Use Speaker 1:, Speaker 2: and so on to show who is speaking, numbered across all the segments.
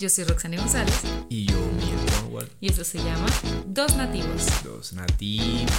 Speaker 1: Yo soy Roxana González.
Speaker 2: Y yo, Miguel Cornwall.
Speaker 1: Y esto se llama Dos Nativos.
Speaker 2: Dos nativos.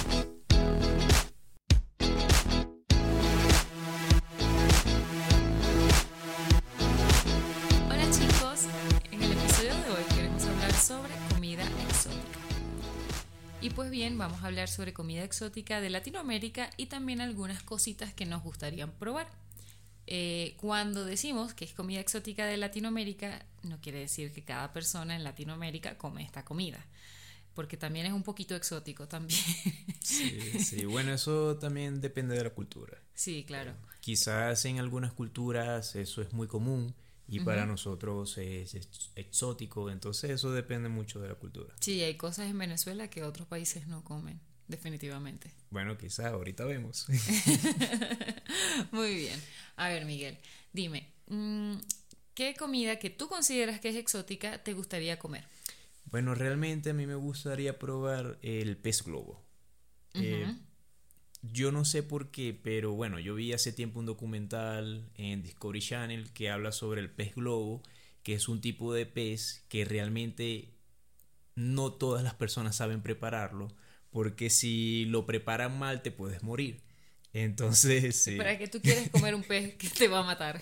Speaker 1: Hola chicos, en el episodio de hoy queremos hablar sobre comida exótica. Y pues bien, vamos a hablar sobre comida exótica de Latinoamérica y también algunas cositas que nos gustaría probar. Cuando decimos que es comida exótica de Latinoamérica, no quiere decir que cada persona en Latinoamérica come esta comida, porque también es un poquito exótico también.
Speaker 2: Sí, bueno, eso también depende de la cultura.
Speaker 1: Sí, claro.
Speaker 2: Quizás en algunas culturas eso es muy común y para nosotros es exótico, entonces eso depende mucho de la cultura.
Speaker 1: Sí, hay cosas en Venezuela que otros países no comen, definitivamente.
Speaker 2: Bueno, quizás ahorita vemos.
Speaker 1: Muy bien. A ver, Miguel, dime, ¿qué comida que tú consideras que es exótica te gustaría comer?
Speaker 2: Bueno, realmente a mí me gustaría probar el pez globo. Yo no sé por qué, pero bueno, yo vi hace tiempo un documental en Discovery Channel que habla sobre el pez globo, que es un tipo de pez que realmente no todas las personas saben prepararlo, porque si lo preparan mal te puedes morir. Entonces, sí.
Speaker 1: ¿Para qué tú quieres comer un pez que te va a matar?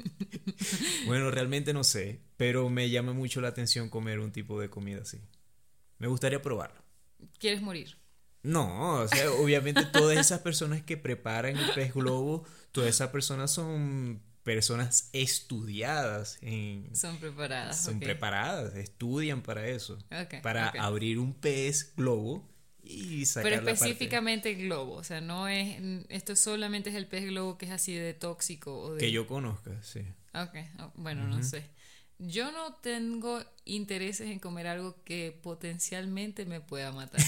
Speaker 2: Bueno, realmente no sé, pero me llama mucho la atención comer un tipo de comida así. Me gustaría probarlo.
Speaker 1: ¿Quieres morir?
Speaker 2: No, o sea, obviamente todas esas personas que preparan el pez globo, todas esas personas son personas estudiadas
Speaker 1: Son preparadas.
Speaker 2: son
Speaker 1: okay.
Speaker 2: preparadas, estudian para eso, para
Speaker 1: okay.
Speaker 2: abrir un pez globo y sacar
Speaker 1: Pero
Speaker 2: la parte.
Speaker 1: específicamente el globo, o sea, no es, esto solamente es el pez globo que es así de tóxico o de...
Speaker 2: Que yo conozca, sí.
Speaker 1: Bueno, no sé. Yo no tengo intereses en comer algo que potencialmente me pueda matar.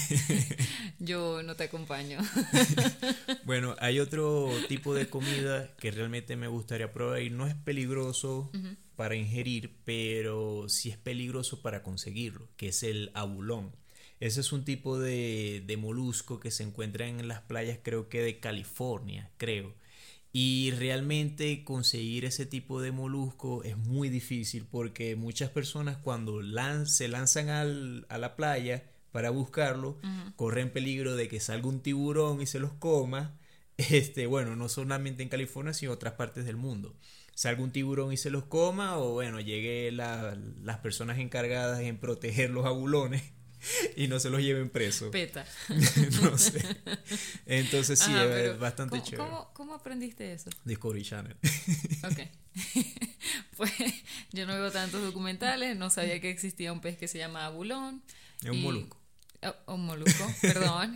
Speaker 1: Yo no te acompaño.
Speaker 2: Bueno, hay otro tipo de comida que realmente me gustaría probar y no es peligroso para ingerir, pero sí es peligroso para conseguirlo, que es el abulón. Ese es un tipo de molusco que se encuentra en las playas, creo que de California, creo. Y realmente conseguir ese tipo de molusco es muy difícil porque muchas personas cuando se lanzan a la playa para buscarlo, corren peligro de que salga un tiburón y se los coma. Bueno, no solamente en California, sino en otras partes del mundo. Salga un tiburón y se los coma, o bueno, llegue las personas encargadas en proteger los abulones y no se los lleven presos.
Speaker 1: Peta.
Speaker 2: No sé. Entonces sí, es bastante chévere.
Speaker 1: ¿Cómo aprendiste eso?
Speaker 2: Discovery Channel.
Speaker 1: Ok. Pues yo no veo tantos documentales, no sabía que existía un pez que se llama abulón.
Speaker 2: Es un molusco.
Speaker 1: Un molusco, perdón.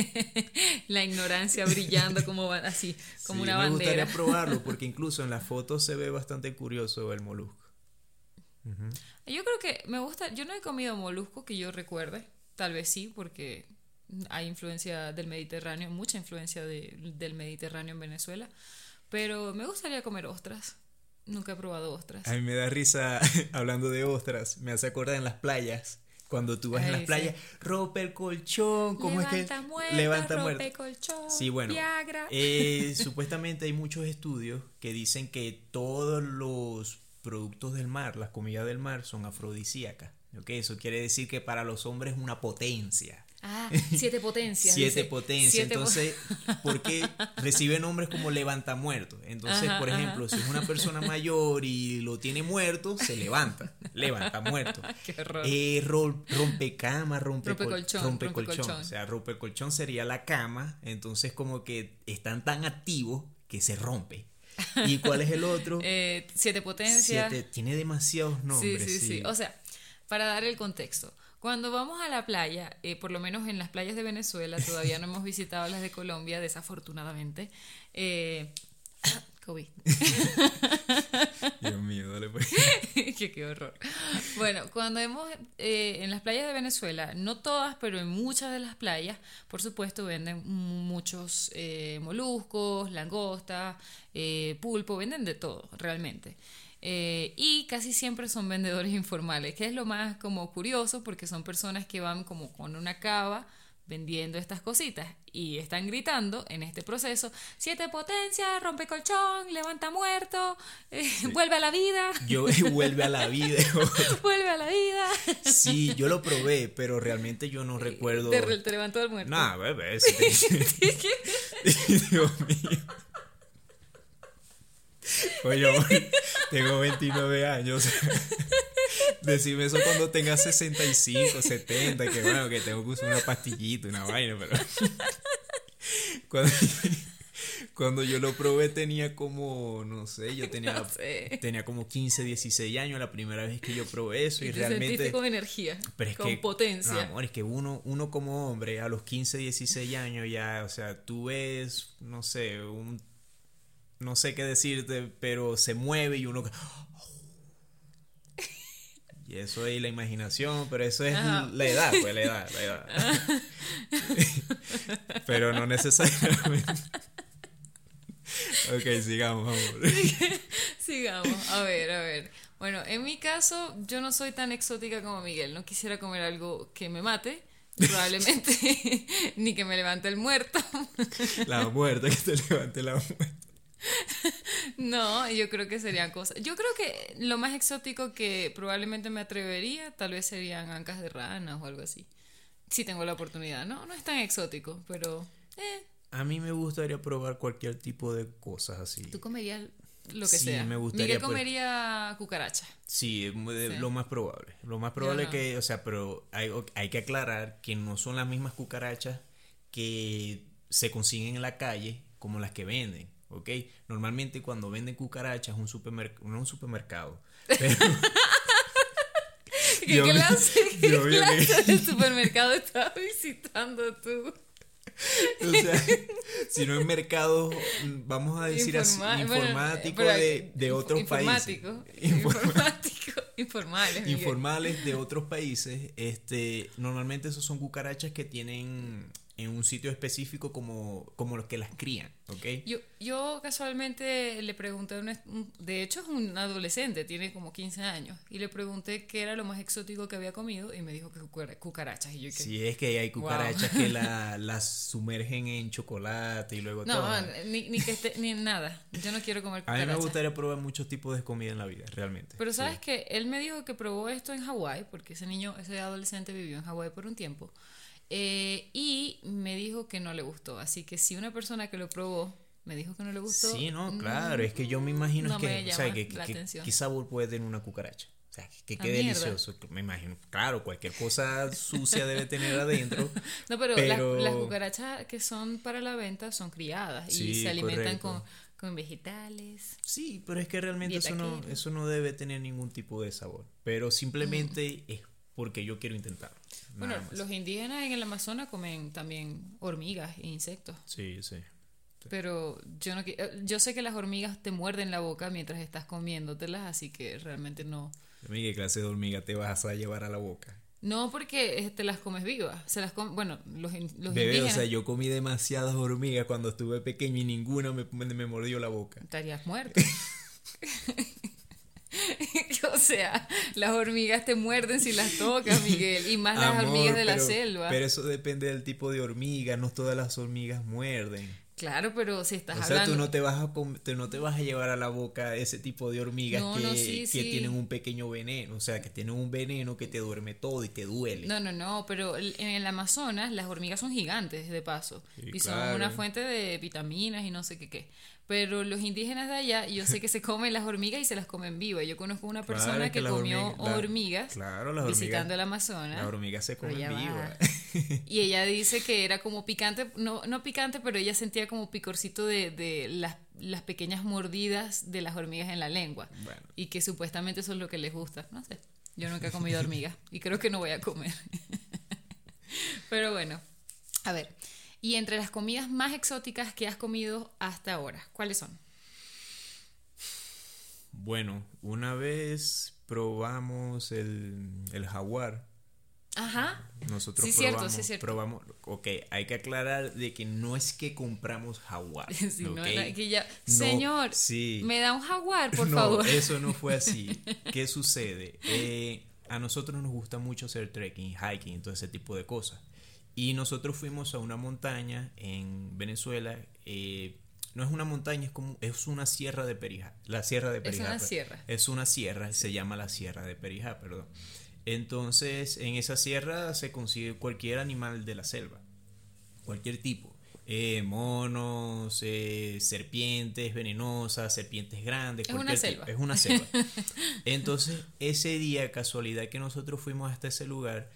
Speaker 1: La ignorancia brillando como así, como
Speaker 2: sí,
Speaker 1: una
Speaker 2: me
Speaker 1: bandera.
Speaker 2: Me gustaría probarlo porque incluso en las fotos se ve bastante curioso el molusco.
Speaker 1: Yo creo que me gusta, yo no he comido molusco que yo recuerde, tal vez sí, porque hay influencia del Mediterráneo, mucha influencia del Mediterráneo en Venezuela, pero me gustaría comer ostras, nunca he probado ostras.
Speaker 2: A mí me da risa hablando de ostras, me hace acordar en las playas, cuando tú vas en las playas, sí. Rompe el colchón, ¿cómo es que? Levanta muerto,
Speaker 1: rompe colchón,
Speaker 2: sí, bueno,
Speaker 1: Viagra.
Speaker 2: Supuestamente hay muchos estudios que dicen que todos los productos del mar, las comidas del mar son afrodisíacas. ¿Okay? Eso quiere decir que para los hombres es una potencia.
Speaker 1: 7 potencias.
Speaker 2: 7 potencias. Entonces, porque reciben nombres como levantamuertos. Entonces, por ejemplo, si es una persona mayor y lo tiene muerto, se levanta muerto.
Speaker 1: Qué horror.
Speaker 2: Rompecama,
Speaker 1: rompecolchón.
Speaker 2: O sea, rompecolchón sería la cama. Entonces, como que están tan activos que se rompe. ¿Y cuál es el otro?
Speaker 1: 7 potencias.
Speaker 2: Tiene demasiados nombres.
Speaker 1: Sí. O sea, para dar el contexto, cuando vamos a la playa, por lo menos en las playas de Venezuela, todavía no hemos visitado las de Colombia, desafortunadamente. COVID.
Speaker 2: Dios mío, dale pues.
Speaker 1: Qué horror. Bueno, cuando en las playas de Venezuela, no todas, pero en muchas de las playas, por supuesto, venden muchos moluscos, langostas, pulpo, venden de todo, realmente. Y casi siempre son vendedores informales, que es lo más como curioso porque son personas que van como con una cava vendiendo estas cositas y están gritando en este proceso: 7 potencias, rompe colchón, levanta muerto, vuelve a la vida.
Speaker 2: Vuelve a la vida.
Speaker 1: Vuelve a la vida.
Speaker 2: Sí, yo lo probé, pero realmente yo no recuerdo.
Speaker 1: Te levantó el muerto.
Speaker 2: Nah, bebé. Dios mío. Oye, tengo 29 años. Decime eso cuando tenga 65, 70, que bueno, que tengo que usar una pastillita, una vaina, pero cuando yo lo probé tenía como, no sé, tenía como 15, 16 años la primera vez que yo probé eso y
Speaker 1: te
Speaker 2: realmente
Speaker 1: sentiste con energía,
Speaker 2: pero es
Speaker 1: con
Speaker 2: que,
Speaker 1: potencia.
Speaker 2: No, amor, es que uno como hombre a los 15, 16 años ya, o sea, tú ves, no sé, no sé qué decirte, pero se mueve y uno... Y eso es la imaginación, pero eso es la edad, pues la edad. Pero no necesariamente. Ok, sigamos, amor.
Speaker 1: Sigamos, a ver. Bueno, en mi caso, yo no soy tan exótica como Miguel. No quisiera comer algo que me mate, probablemente, ni que me levante el muerto.
Speaker 2: La muerte, que te levante la muerte.
Speaker 1: No, yo creo que serían cosas. Yo creo que lo más exótico que probablemente me atrevería, tal vez serían ancas de ranas o algo así. Si tengo la oportunidad, no es tan exótico, pero
Speaker 2: A mí me gustaría probar cualquier tipo de cosas así.
Speaker 1: tú comerías lo que
Speaker 2: Sí,
Speaker 1: sea.
Speaker 2: me gustaría,
Speaker 1: Miguel comería cucaracha.
Speaker 2: Sí,
Speaker 1: Sí.
Speaker 2: lo más probable. Lo más probable
Speaker 1: no.
Speaker 2: que, o sea, pero hay que aclarar que no son las mismas cucarachas que se consiguen en la calle como las que venden, ¿ok? Normalmente cuando venden cucarachas no es un supermercado. Pero
Speaker 1: ¿Qué clase
Speaker 2: vi-
Speaker 1: de supermercado estabas visitando tú?
Speaker 2: O sea, si no en mercados, vamos a decir así, informático de otros países.
Speaker 1: Informales. Miguel.
Speaker 2: Informales de otros países, normalmente esos son cucarachas que tienen en un sitio específico como los que las crían, ¿ok?
Speaker 1: Yo casualmente le pregunté de hecho es un adolescente, tiene como 15 años, y le pregunté qué era lo más exótico que había comido y me dijo que cucarachas. Y yo,
Speaker 2: Sí, es que hay cucarachas que las sumergen en chocolate y luego todo.
Speaker 1: ni nada. Yo no quiero comer
Speaker 2: A
Speaker 1: cucarachas.
Speaker 2: mí me gustaría probar muchos tipos de comida en la vida, realmente.
Speaker 1: Pero sabes
Speaker 2: Sí.
Speaker 1: que él me dijo que probó esto en Hawái, porque ese adolescente vivió en Hawái por un tiempo. Y me dijo que no le gustó. Así que si una persona que lo probó me dijo que no le gustó.
Speaker 2: Sí, no, claro, es que yo me imagino
Speaker 1: no me
Speaker 2: o sea,
Speaker 1: llama la atención.
Speaker 2: ¿qué sabor puede tener una cucaracha? O sea, qué
Speaker 1: Mierda.
Speaker 2: delicioso, me imagino. Claro, cualquier cosa sucia debe tener adentro.
Speaker 1: No, pero las cucarachas que son para la venta son criadas y
Speaker 2: Sí,
Speaker 1: se alimentan
Speaker 2: correcto.
Speaker 1: con vegetales.
Speaker 2: Sí, pero es que realmente
Speaker 1: Dieta keto.
Speaker 2: eso no debe tener ningún tipo de sabor. Pero simplemente es porque yo quiero intentarlo.
Speaker 1: Bueno,
Speaker 2: Nada más.
Speaker 1: los indígenas en el Amazonas comen también hormigas e insectos.
Speaker 2: Sí, sí.
Speaker 1: Pero yo sé que las hormigas te muerden la boca mientras estás comiéndotelas, así que realmente no.
Speaker 2: ¿Qué clase de hormiga te vas a llevar a la boca?
Speaker 1: No, porque te las comes vivas. Bueno, los
Speaker 2: Bebé,
Speaker 1: indígenas.
Speaker 2: o sea, yo comí demasiadas hormigas cuando estuve pequeño y ninguna me mordió la boca.
Speaker 1: Estarías muerto. O sea, las hormigas te muerden si las tocas, Miguel. Y más las
Speaker 2: Amor,
Speaker 1: hormigas de la selva.
Speaker 2: Pero eso depende del tipo de hormiga. No todas las hormigas muerden.
Speaker 1: Claro, pero si estás
Speaker 2: O sea,
Speaker 1: hablando.
Speaker 2: tú no te vas a llevar a la boca ese tipo de hormigas que
Speaker 1: Sí.
Speaker 2: tienen un pequeño veneno. O sea, que tienen un veneno que te duerme todo y te duele.
Speaker 1: No, pero en el Amazonas las hormigas son gigantes, de paso.
Speaker 2: Sí,
Speaker 1: Y son
Speaker 2: claro.
Speaker 1: una fuente de vitaminas y no sé qué. Pero los indígenas de allá, yo sé que se comen las hormigas y se las comen vivas. Yo conozco una persona
Speaker 2: Claro,
Speaker 1: que
Speaker 2: las
Speaker 1: comió hormigas
Speaker 2: Claro, las
Speaker 1: visitando
Speaker 2: hormigas.
Speaker 1: el Amazonas.
Speaker 2: Las hormigas se
Speaker 1: Pero
Speaker 2: comen
Speaker 1: ya va.
Speaker 2: vivas.
Speaker 1: Y ella dice que era como picante, no picante, pero ella sentía como picorcito de las pequeñas mordidas de las hormigas en la lengua.
Speaker 2: Bueno.
Speaker 1: Y que supuestamente eso es lo que les gusta. No sé, yo nunca he comido hormigas y creo que no voy a comer. Pero bueno, a ver. Y entre las comidas más exóticas que has comido hasta ahora, ¿cuáles son?
Speaker 2: Bueno, una vez probamos el jaguar.
Speaker 1: Ajá.
Speaker 2: Nosotros
Speaker 1: Sí,
Speaker 2: probamos,
Speaker 1: cierto, sí, cierto.
Speaker 2: probamos, ok, hay que aclarar de que no es que compramos jaguar,
Speaker 1: Sí,
Speaker 2: ¿ok?
Speaker 1: no, que ya,
Speaker 2: No,
Speaker 1: señor,
Speaker 2: sí.
Speaker 1: me da un jaguar, por
Speaker 2: No,
Speaker 1: favor.
Speaker 2: eso no fue así. ¿Qué sucede? A nosotros nos gusta mucho hacer trekking, hiking, todo ese tipo de cosas. Y nosotros fuimos a una montaña en Venezuela. No es una montaña, es una sierra de Perijá. La sierra de Perijá.
Speaker 1: Es una sierra.
Speaker 2: Es una sierra, se llama la sierra de Perijá, perdón. Entonces, en esa sierra se consigue cualquier animal de la selva. Cualquier tipo. Monos, serpientes venenosas, serpientes grandes.
Speaker 1: Es una selva.
Speaker 2: Es una selva. Entonces, ese día, casualidad que nosotros fuimos hasta ese lugar,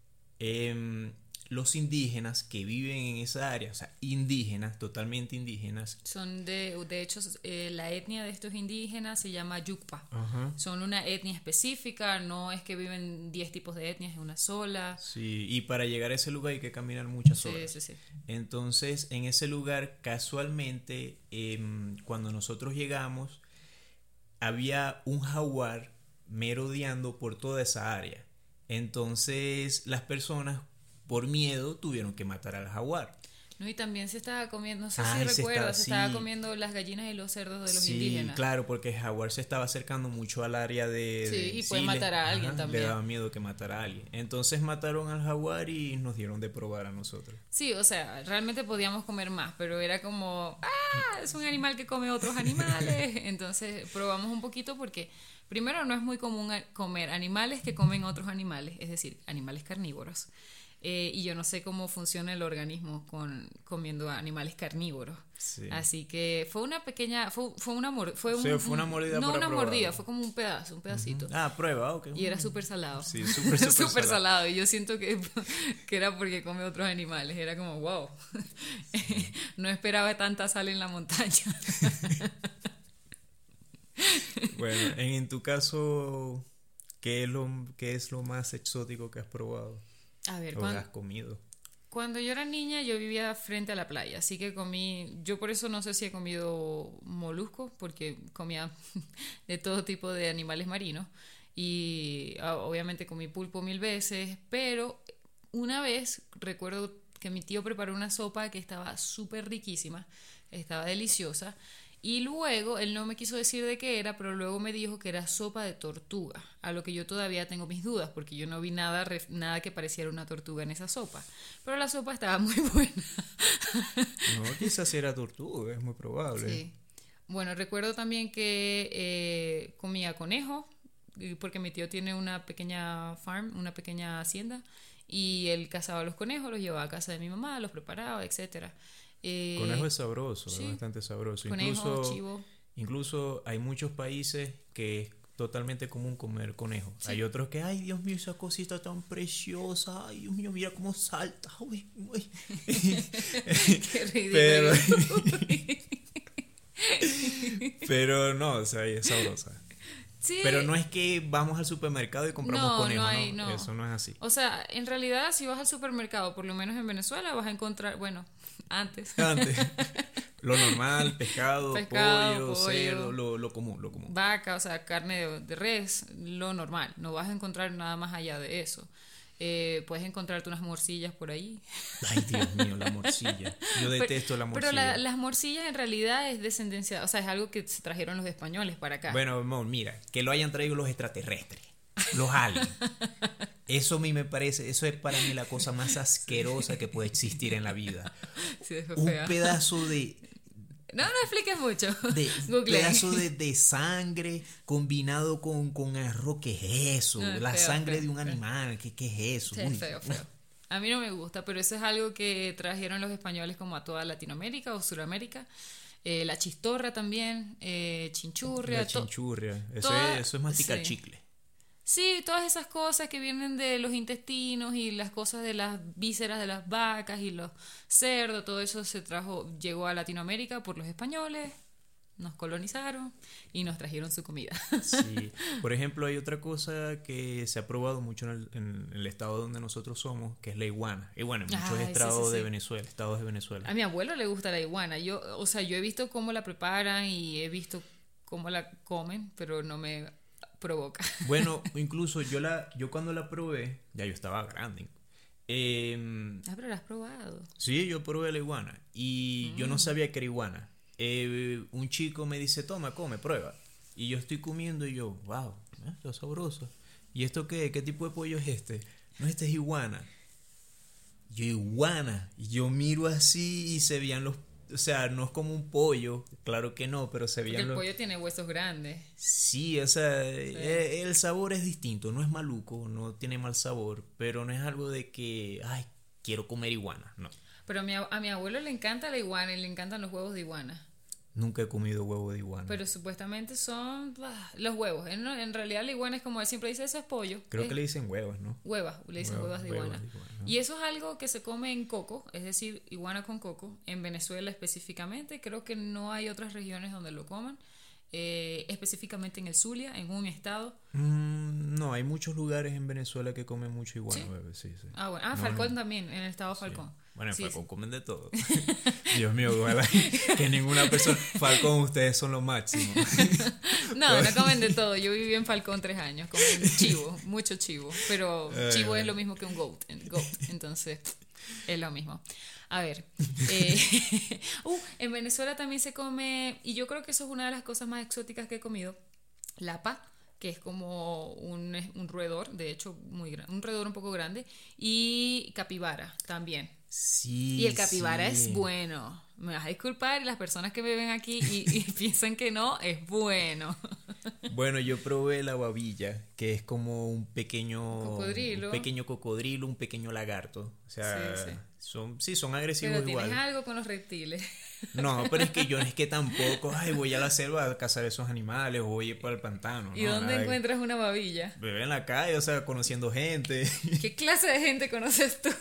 Speaker 2: los indígenas que viven en esa área, o sea, indígenas, totalmente indígenas.
Speaker 1: Son de hecho, la etnia de estos indígenas se llama Yucpa.
Speaker 2: Ajá.
Speaker 1: Son una etnia específica, no es que viven 10 tipos de etnias en una sola.
Speaker 2: Sí, y para llegar a ese lugar hay que caminar muchas horas.
Speaker 1: Sí.
Speaker 2: Entonces, en ese lugar, casualmente, cuando nosotros llegamos, había un jaguar merodeando por toda esa área. Entonces, las personas, por miedo, tuvieron que matar al jaguar.
Speaker 1: No, y también se estaba comiendo, no sé si recuerdas, se estaba comiendo las gallinas y los cerdos de los indígenas.
Speaker 2: Sí, claro, porque el jaguar se estaba acercando mucho al área de
Speaker 1: y puede matar a alguien también.
Speaker 2: Le daba miedo que matara a alguien. Entonces mataron al jaguar y nos dieron de probar a nosotros.
Speaker 1: Sí, o sea, realmente podíamos comer más, pero era como, es un animal que come otros animales. Entonces probamos un poquito porque primero no es muy común comer animales que comen otros animales, es decir, animales carnívoros. Y yo no sé cómo funciona el organismo comiendo animales carnívoros.
Speaker 2: Sí.
Speaker 1: Así que fue una pequeña, fue una mordida.
Speaker 2: Fue una mordida.
Speaker 1: No
Speaker 2: para
Speaker 1: una
Speaker 2: probar.
Speaker 1: mordida, fue como un pedacito.
Speaker 2: Prueba, ok.
Speaker 1: Y era súper salado.
Speaker 2: Sí, súper
Speaker 1: salado. Y yo siento que era porque come otros animales. Era como, wow. No esperaba tanta sal en la montaña.
Speaker 2: Bueno, en tu caso, ¿qué es lo más exótico que has probado?
Speaker 1: A ver,
Speaker 2: ¿O has comido?
Speaker 1: Cuando yo era niña yo vivía frente a la playa, así que yo por eso no sé si he comido moluscos, porque comía de todo tipo de animales marinos y obviamente comí pulpo 1000 veces, pero una vez recuerdo que mi tío preparó una sopa que estaba súper riquísima, estaba deliciosa. Y luego, él no me quiso decir de qué era, pero luego me dijo que era sopa de tortuga, a lo que yo todavía tengo mis dudas, porque yo no vi nada que pareciera una tortuga en esa sopa. Pero la sopa estaba muy buena.
Speaker 2: No, quizás era tortuga, es muy probable.
Speaker 1: Sí. Bueno, recuerdo también que comía conejo, porque mi tío tiene una pequeña farm, una pequeña hacienda, y él cazaba los conejos, los llevaba a casa de mi mamá, los preparaba, etcétera.
Speaker 2: Conejo es sabroso,
Speaker 1: sí.
Speaker 2: Es bastante sabroso.
Speaker 1: Conejo, chivo.
Speaker 2: Incluso hay muchos países que es totalmente común comer conejo. Sí. Hay otros que, ay Dios mío, esa cosita tan preciosa, ay Dios mío, mira cómo salta. Uy.
Speaker 1: Qué ridículo.
Speaker 2: Pero no, o sea, es sabrosa.
Speaker 1: Sí.
Speaker 2: Pero no es que vamos al supermercado y compramos conejo,
Speaker 1: no.
Speaker 2: Eso no es así.
Speaker 1: O sea, en realidad si vas al supermercado, por lo menos en Venezuela, vas a encontrar, bueno, antes.
Speaker 2: Lo normal, pescado, pollo, cerdo, lo común.
Speaker 1: Vaca, o sea, carne de res, lo normal. No vas a encontrar nada más allá de eso. Puedes encontrarte unas morcillas por ahí.
Speaker 2: Ay, Dios mío, la morcilla. Yo detesto la morcilla.
Speaker 1: Pero las morcillas en realidad es descendencia, o sea, es algo que se trajeron los españoles para acá.
Speaker 2: Bueno, amor, mira, que lo hayan traído los extraterrestres, los aliens. Eso a mí me parece, eso es para mí la cosa más asquerosa que puede existir en la vida.
Speaker 1: Sí,
Speaker 2: un pedazo de...
Speaker 1: No expliques mucho.
Speaker 2: Un pedazo de sangre combinado con arroz. ¿Qué es eso?
Speaker 1: No,
Speaker 2: la
Speaker 1: feo,
Speaker 2: sangre
Speaker 1: feo,
Speaker 2: de un animal. ¿Qué es eso?
Speaker 1: Sí, feo. A mí no me gusta, pero eso es algo que trajeron los españoles como a toda Latinoamérica o Suramérica. La chistorra también, chinchurria.
Speaker 2: La chinchurria. Eso es masticar chicle.
Speaker 1: Sí, todas esas cosas que vienen de los intestinos y las cosas de las vísceras de las vacas y los cerdos, todo eso llegó a Latinoamérica por los españoles, nos colonizaron y nos trajeron su comida.
Speaker 2: Sí, por ejemplo, hay otra cosa que se ha probado mucho en el estado donde nosotros somos, que es la iguana. Y bueno, en muchos estados de Venezuela.
Speaker 1: A mi abuelo le gusta la iguana. Yo he visto cómo la preparan y he visto cómo la comen, pero no me provoca.
Speaker 2: Bueno, incluso yo cuando la probé, ya yo estaba grande.
Speaker 1: Pero la has probado.
Speaker 2: Sí, yo probé la iguana y yo no sabía que era iguana. Un chico me dice, toma, come, prueba. Y yo estoy comiendo y yo, wow, está sabroso. ¿Y esto qué? ¿Qué tipo de pollo es este? No, este es iguana. Yo, iguana. Y yo miro así y se veían los... O sea, no es como un pollo, claro que no, pero se
Speaker 1: Porque
Speaker 2: veían
Speaker 1: el
Speaker 2: los...
Speaker 1: pollo tiene huesos grandes.
Speaker 2: Sí, o sea, el sabor es distinto, no es maluco, no tiene mal sabor, pero no es algo de que, ay, quiero comer iguana, no.
Speaker 1: Pero a mi abuelo le encanta la iguana y le encantan los huevos de iguana.
Speaker 2: Nunca he comido huevo de iguana.
Speaker 1: Pero supuestamente son los huevos. En realidad la iguana es como él siempre dice, eso es pollo.
Speaker 2: Creo que le dicen huevos, ¿no?
Speaker 1: Huevas, le dicen huevas de iguana.
Speaker 2: ¿no?
Speaker 1: Y eso es algo que se come en coco, es decir, iguana con coco. En Venezuela específicamente, creo que no hay otras regiones donde lo coman. Específicamente en el Zulia, en un estado.
Speaker 2: No, hay muchos lugares en Venezuela que comen mucho iguana,
Speaker 1: ¿Sí?
Speaker 2: Bebé, sí, sí.
Speaker 1: Ah, bueno. Ah,
Speaker 2: No,
Speaker 1: Falcón también, en el estado de Falcón.
Speaker 2: Sí. Bueno, en
Speaker 1: Sí,
Speaker 2: Falcón
Speaker 1: sí.
Speaker 2: comen de todo. Dios mío, ojalá que ninguna persona... Falcón, ustedes son lo máximo.
Speaker 1: No, no comen de todo. Yo viví en Falcón 3 años, comen chivo, mucho chivo. Pero chivo es lo mismo que un goat, entonces es lo mismo. A ver, en Venezuela también se come, y yo creo que eso es una de las cosas más exóticas que he comido, lapa, que es como un roedor, de hecho un roedor un poco grande, y capibara también.
Speaker 2: Sí.
Speaker 1: Y el capibara
Speaker 2: sí.
Speaker 1: es bueno. Me vas a disculpar, y las personas que me ven aquí y piensan que no, es bueno.
Speaker 2: Bueno, yo probé la babilla, que es como un pequeño
Speaker 1: Cocodrilo.
Speaker 2: un pequeño cocodrilo, un pequeño lagarto. O sea,
Speaker 1: Sí, sí.
Speaker 2: son agresivos
Speaker 1: Pero
Speaker 2: igual.
Speaker 1: tienes algo con los reptiles.
Speaker 2: No, pero es que yo es que tampoco, ay, voy a la selva a cazar esos animales o voy a ir para el pantano.
Speaker 1: ¿Y
Speaker 2: no,
Speaker 1: dónde
Speaker 2: nada de-
Speaker 1: encuentras una babilla?
Speaker 2: Bebé en la calle, o sea, conociendo gente.
Speaker 1: ¿Qué clase de gente conoces tú?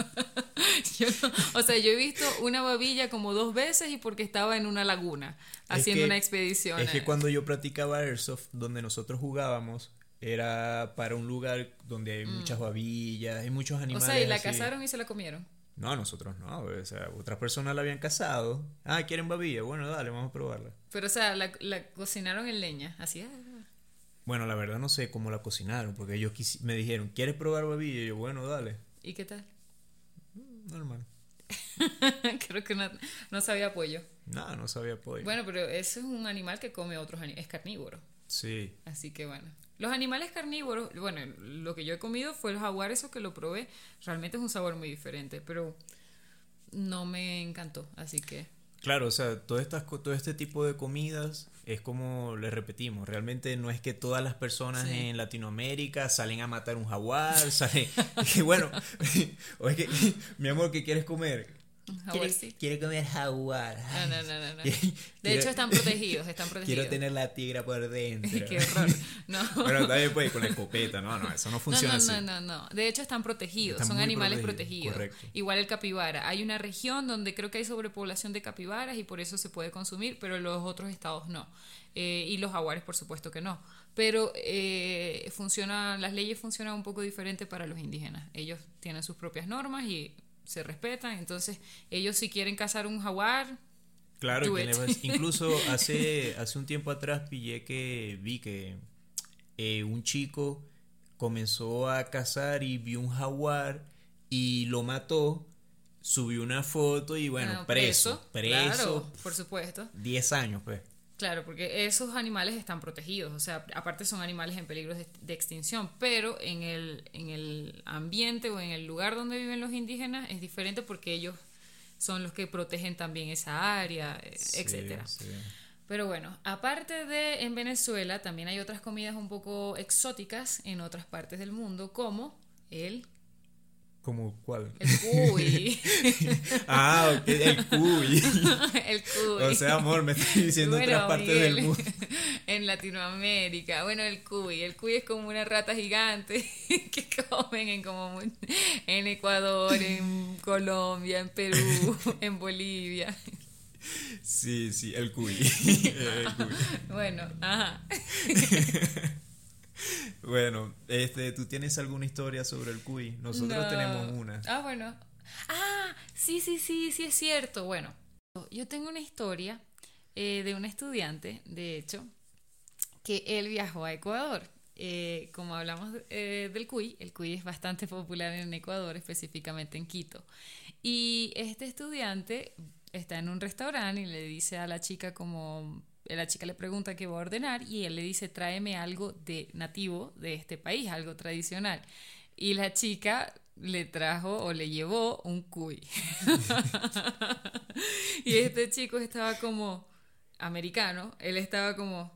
Speaker 1: Yo he visto una babilla como 2 veces y porque estaba en una laguna haciendo una expedición.
Speaker 2: Es que cuando yo practicaba Airsoft, donde nosotros jugábamos, era para un lugar donde hay muchas babillas, hay muchos
Speaker 1: O
Speaker 2: animales.
Speaker 1: sea, y la
Speaker 2: así.
Speaker 1: cazaron y se la comieron.
Speaker 2: No, nosotros no, o sea, otras personas la habían cazado. Ah, ¿quieren babilla? Bueno, dale, vamos a probarla.
Speaker 1: Pero, o sea, la cocinaron en leña. Así es.
Speaker 2: Bueno, la verdad no sé cómo la cocinaron, porque ellos me dijeron, ¿quieres probar babilla? Y yo, bueno, dale.
Speaker 1: ¿Y qué tal?
Speaker 2: Normal.
Speaker 1: Creo que no sabía pollo.
Speaker 2: No, no sabía pollo.
Speaker 1: Bueno, pero eso es un animal que come otros animales. Es carnívoro.
Speaker 2: Sí.
Speaker 1: Así que bueno. Los animales carnívoros, bueno, lo que yo he comido fue el jaguar, eso que lo probé. Realmente es un sabor muy diferente, pero no me encantó, así que...
Speaker 2: Claro, o sea, todo este tipo de comidas es como le repetimos, realmente no es que todas las personas
Speaker 1: Sí.
Speaker 2: en Latinoamérica salen a matar un jaguar, salen, y bueno, o es que, mi amor, ¿qué quieres comer?
Speaker 1: Un jaguar sí.
Speaker 2: Quiero comer jaguar.
Speaker 1: No. De hecho están protegidos,
Speaker 2: Quiero tener la tigra por dentro.
Speaker 1: Qué horror. No.
Speaker 2: Pero también pues con la escopeta, no, eso no funciona así.
Speaker 1: No. De hecho están protegidos,
Speaker 2: Están
Speaker 1: son
Speaker 2: muy
Speaker 1: animales
Speaker 2: protegidos,
Speaker 1: protegidos.
Speaker 2: correcto.
Speaker 1: Igual el capibara. Hay una región donde creo que hay sobrepoblación de capibaras y por eso se puede consumir, pero en los otros estados no. Y los jaguares por supuesto que no. Pero las leyes funcionan un poco diferente para los indígenas. Ellos tienen sus propias normas y se respetan, entonces ellos si quieren cazar un jaguar,
Speaker 2: Claro,
Speaker 1: do
Speaker 2: que
Speaker 1: it.
Speaker 2: incluso hace un tiempo atrás vi que un chico comenzó a cazar y vio un jaguar y lo mató, subió una foto y bueno, preso,
Speaker 1: claro, por supuesto.
Speaker 2: 10 años pues.
Speaker 1: Claro, porque esos animales están protegidos, o sea, aparte son animales en peligro de extinción, pero en el ambiente o en el lugar donde viven los indígenas es diferente porque ellos son los que protegen también esa área, etcétera.
Speaker 2: Sí.
Speaker 1: Pero bueno, aparte de en Venezuela, también hay otras comidas un poco exóticas en otras partes del mundo, como el
Speaker 2: ¿Cómo cuál?
Speaker 1: cuy.
Speaker 2: Ok, el cuy.
Speaker 1: El cuy.
Speaker 2: O sea, amor, me estás diciendo
Speaker 1: Bueno,
Speaker 2: otras partes
Speaker 1: Miguel,
Speaker 2: del mundo.
Speaker 1: en Latinoamérica. Bueno, el cuy es como una rata gigante que comen en Ecuador, en Colombia, en Perú, en Bolivia.
Speaker 2: Sí, el cuy. El cuy.
Speaker 1: Bueno, ajá.
Speaker 2: Bueno, ¿tú tienes alguna historia sobre el cuy? Nosotros
Speaker 1: No.
Speaker 2: tenemos una.
Speaker 1: Ah, bueno. Ah, sí, es cierto. Bueno, yo tengo una historia de un estudiante, de hecho, que él viajó a Ecuador. Como hablamos del cuy, el cuy es bastante popular en Ecuador, específicamente en Quito. Y este estudiante está en un restaurante y le dice a la chica la chica le pregunta qué va a ordenar y él le dice tráeme algo de nativo de este país, algo tradicional. Y la chica le trajo o le llevó un cuy. Y este chico estaba como americano, él estaba como...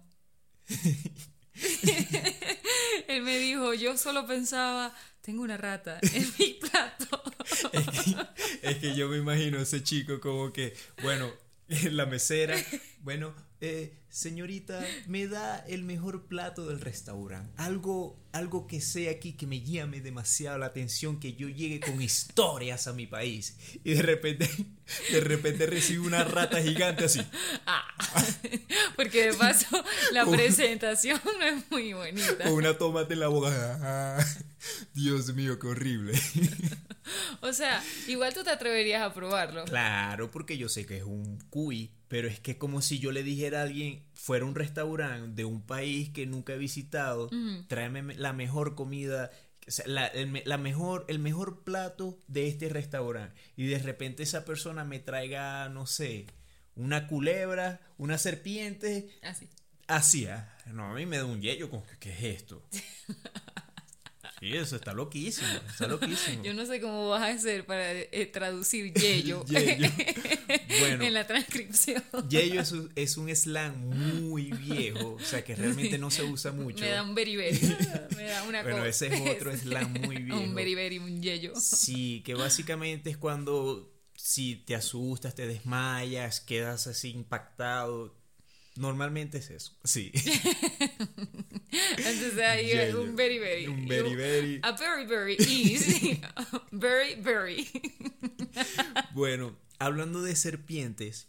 Speaker 1: Él me dijo, yo solo pensaba, tengo una rata en mi plato.
Speaker 2: Es que yo me imagino a ese chico como que, bueno, la mesera, bueno, señorita, me da el mejor plato del restaurante. Algo que sea aquí que me llame demasiado la atención, que yo llegue con historias a mi país. Y de repente recibo una rata gigante así.
Speaker 1: Porque de paso la presentación no es muy bonita.
Speaker 2: Con una tomate en la boca. Dios mío, qué horrible.
Speaker 1: O sea, igual tú te atreverías a probarlo.
Speaker 2: Claro, porque yo sé que es un cuy, pero es que como si yo le dijera a alguien, fuera a un restaurante de un país que nunca he visitado, tráeme la mejor comida, o sea, el mejor plato de este restaurante, y de repente esa persona me traiga, no sé, una culebra, una serpiente, así, no, a mí me da un yello, como que, ¿qué es esto? Sí, eso está loquísimo,
Speaker 1: Yo no sé cómo vas a hacer para traducir yeyo,
Speaker 2: Bueno,
Speaker 1: en la transcripción.
Speaker 2: Yeyo es un slang muy viejo, o sea que realmente no se usa mucho.
Speaker 1: Me da un beriberi, me da una
Speaker 2: Bueno,
Speaker 1: cosa.
Speaker 2: ese es otro slang muy viejo.
Speaker 1: Un beriberi, un yeyo.
Speaker 2: Sí, que básicamente es cuando si te asustas, te desmayas, quedas así impactado. Normalmente es eso, sí.
Speaker 1: Entonces ahí es un beriberi.
Speaker 2: Un beriberi.
Speaker 1: A very easy. Very.
Speaker 2: Bueno, hablando de serpientes,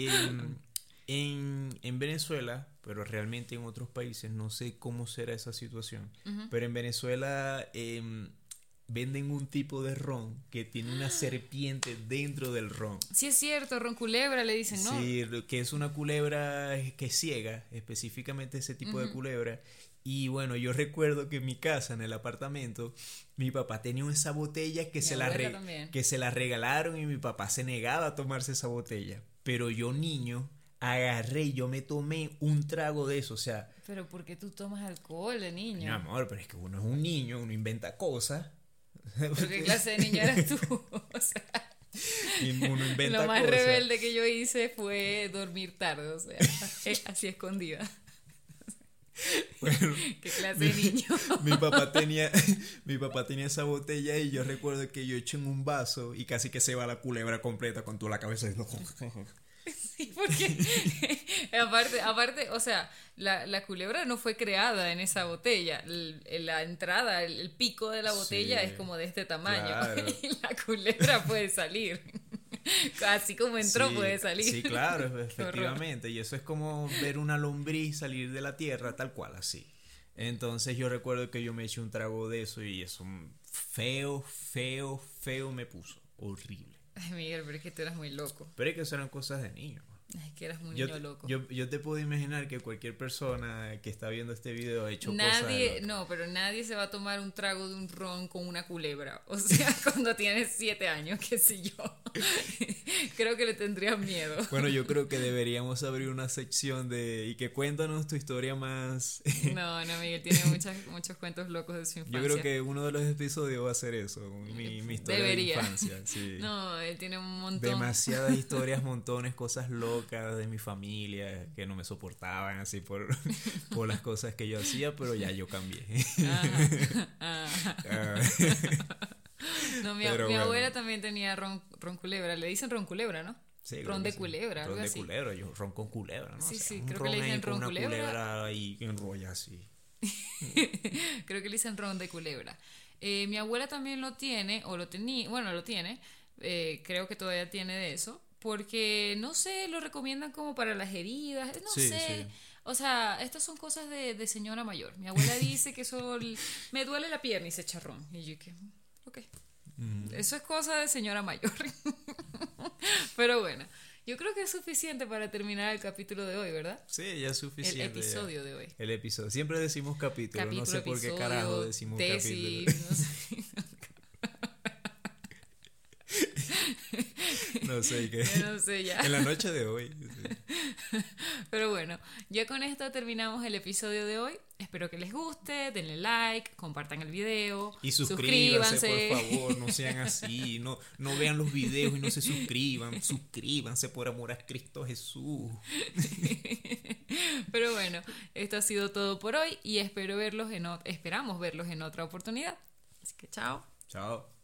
Speaker 2: en Venezuela, pero realmente en otros países, no sé cómo será esa situación, pero en Venezuela venden un tipo de ron que tiene una serpiente dentro del ron.
Speaker 1: Sí es cierto, ron culebra le dicen, ¿no?
Speaker 2: Sí, que es una culebra que es ciega, específicamente ese tipo de culebra. Y bueno, yo recuerdo que en mi casa, en el apartamento, mi papá tenía esa botella que se la regalaron y mi papá se negaba a tomarse esa botella. Pero yo, niño, agarré y yo me tomé un trago de eso, o sea...
Speaker 1: Pero ¿por qué tú tomas alcohol de niño?
Speaker 2: Mi amor, pero es que uno es un niño, uno inventa cosas.
Speaker 1: ¿Pero qué clase de niño eras tú? O sea...
Speaker 2: Y uno inventa
Speaker 1: lo más
Speaker 2: cosas.
Speaker 1: rebelde que yo hice fue dormir tarde, o sea, así escondida.
Speaker 2: Bueno,
Speaker 1: ¿qué clase de niño?
Speaker 2: mi papá tenía esa botella y yo recuerdo que yo eché en un vaso y casi que se va la culebra completa con toda la cabeza.
Speaker 1: Sí, porque aparte, o sea, la culebra no fue creada en esa botella. La entrada, el pico de la botella es como de este tamaño.
Speaker 2: Claro.
Speaker 1: Y la culebra puede salir. Así como entró, puede salir.
Speaker 2: Sí, claro, efectivamente. Y eso es como ver una lombriz salir de la tierra, tal cual, así. Entonces yo recuerdo que yo me eché un trago de eso y eso feo me puso. Horrible.
Speaker 1: Ay, Miguel, pero es que tú eras muy loco.
Speaker 2: Pero es que eso eran cosas de niño.
Speaker 1: Es que eras muy niño loco.
Speaker 2: Yo te puedo imaginar que cualquier persona que está viendo este video ha hecho
Speaker 1: nadie,
Speaker 2: cosas.
Speaker 1: No, pero nadie se va a tomar un trago de un ron con una culebra. O sea, cuando tienes 7 años, qué sé yo. Creo que le tendrías miedo.
Speaker 2: Bueno, yo creo que deberíamos abrir una sección de... Y que cuéntanos tu historia más...
Speaker 1: No, Miguel tiene muchos cuentos locos de su infancia.
Speaker 2: Yo creo que uno de los episodios va a ser eso, mi historia de infancia. Sí.
Speaker 1: No, él tiene un montón.
Speaker 2: Demasiadas historias, montones, cosas locas de mi familia que no me soportaban así por las cosas que yo hacía, pero ya yo cambié.
Speaker 1: No, mi abuela también tenía ron culebra. Le dicen ron culebra, ¿no?
Speaker 2: Sí,
Speaker 1: ron de culebra.
Speaker 2: Ron
Speaker 1: algo
Speaker 2: de
Speaker 1: así.
Speaker 2: culebra, yo ron con culebra, ¿no?
Speaker 1: Sí,
Speaker 2: o sea,
Speaker 1: sí, creo que le dicen ron culebra.
Speaker 2: Una culebra y enrolla así.
Speaker 1: Creo que le dicen ron de culebra. Mi abuela también lo tiene, o lo tenía, bueno, lo tiene. Creo que todavía tiene de eso. Porque, no sé, lo recomiendan como para las heridas, no sé. Sí. O sea, estas son cosas de señora mayor. Mi abuela dice que eso me duele la pierna y se echa ron. Y yo que, ok. Eso es cosa de señora mayor. Pero bueno, yo creo que es suficiente para terminar el capítulo de hoy, ¿verdad?
Speaker 2: Sí, ya es suficiente.
Speaker 1: El episodio de hoy.
Speaker 2: El episodio. Siempre decimos capítulo, no sé por qué carajo decimos
Speaker 1: tesis,
Speaker 2: capítulo.
Speaker 1: No sé.
Speaker 2: No sé qué.
Speaker 1: No sé ya.
Speaker 2: En la noche de hoy. Sí.
Speaker 1: Pero bueno, ya con esto terminamos el episodio de hoy. Espero que les guste, denle like, compartan el video.
Speaker 2: Y suscríbanse, por favor, no sean así. No vean los videos y no se suscriban. Suscríbanse por amor a Cristo Jesús.
Speaker 1: Pero bueno, esto ha sido todo por hoy y esperamos verlos en otra oportunidad. Así que chao.
Speaker 2: Chao.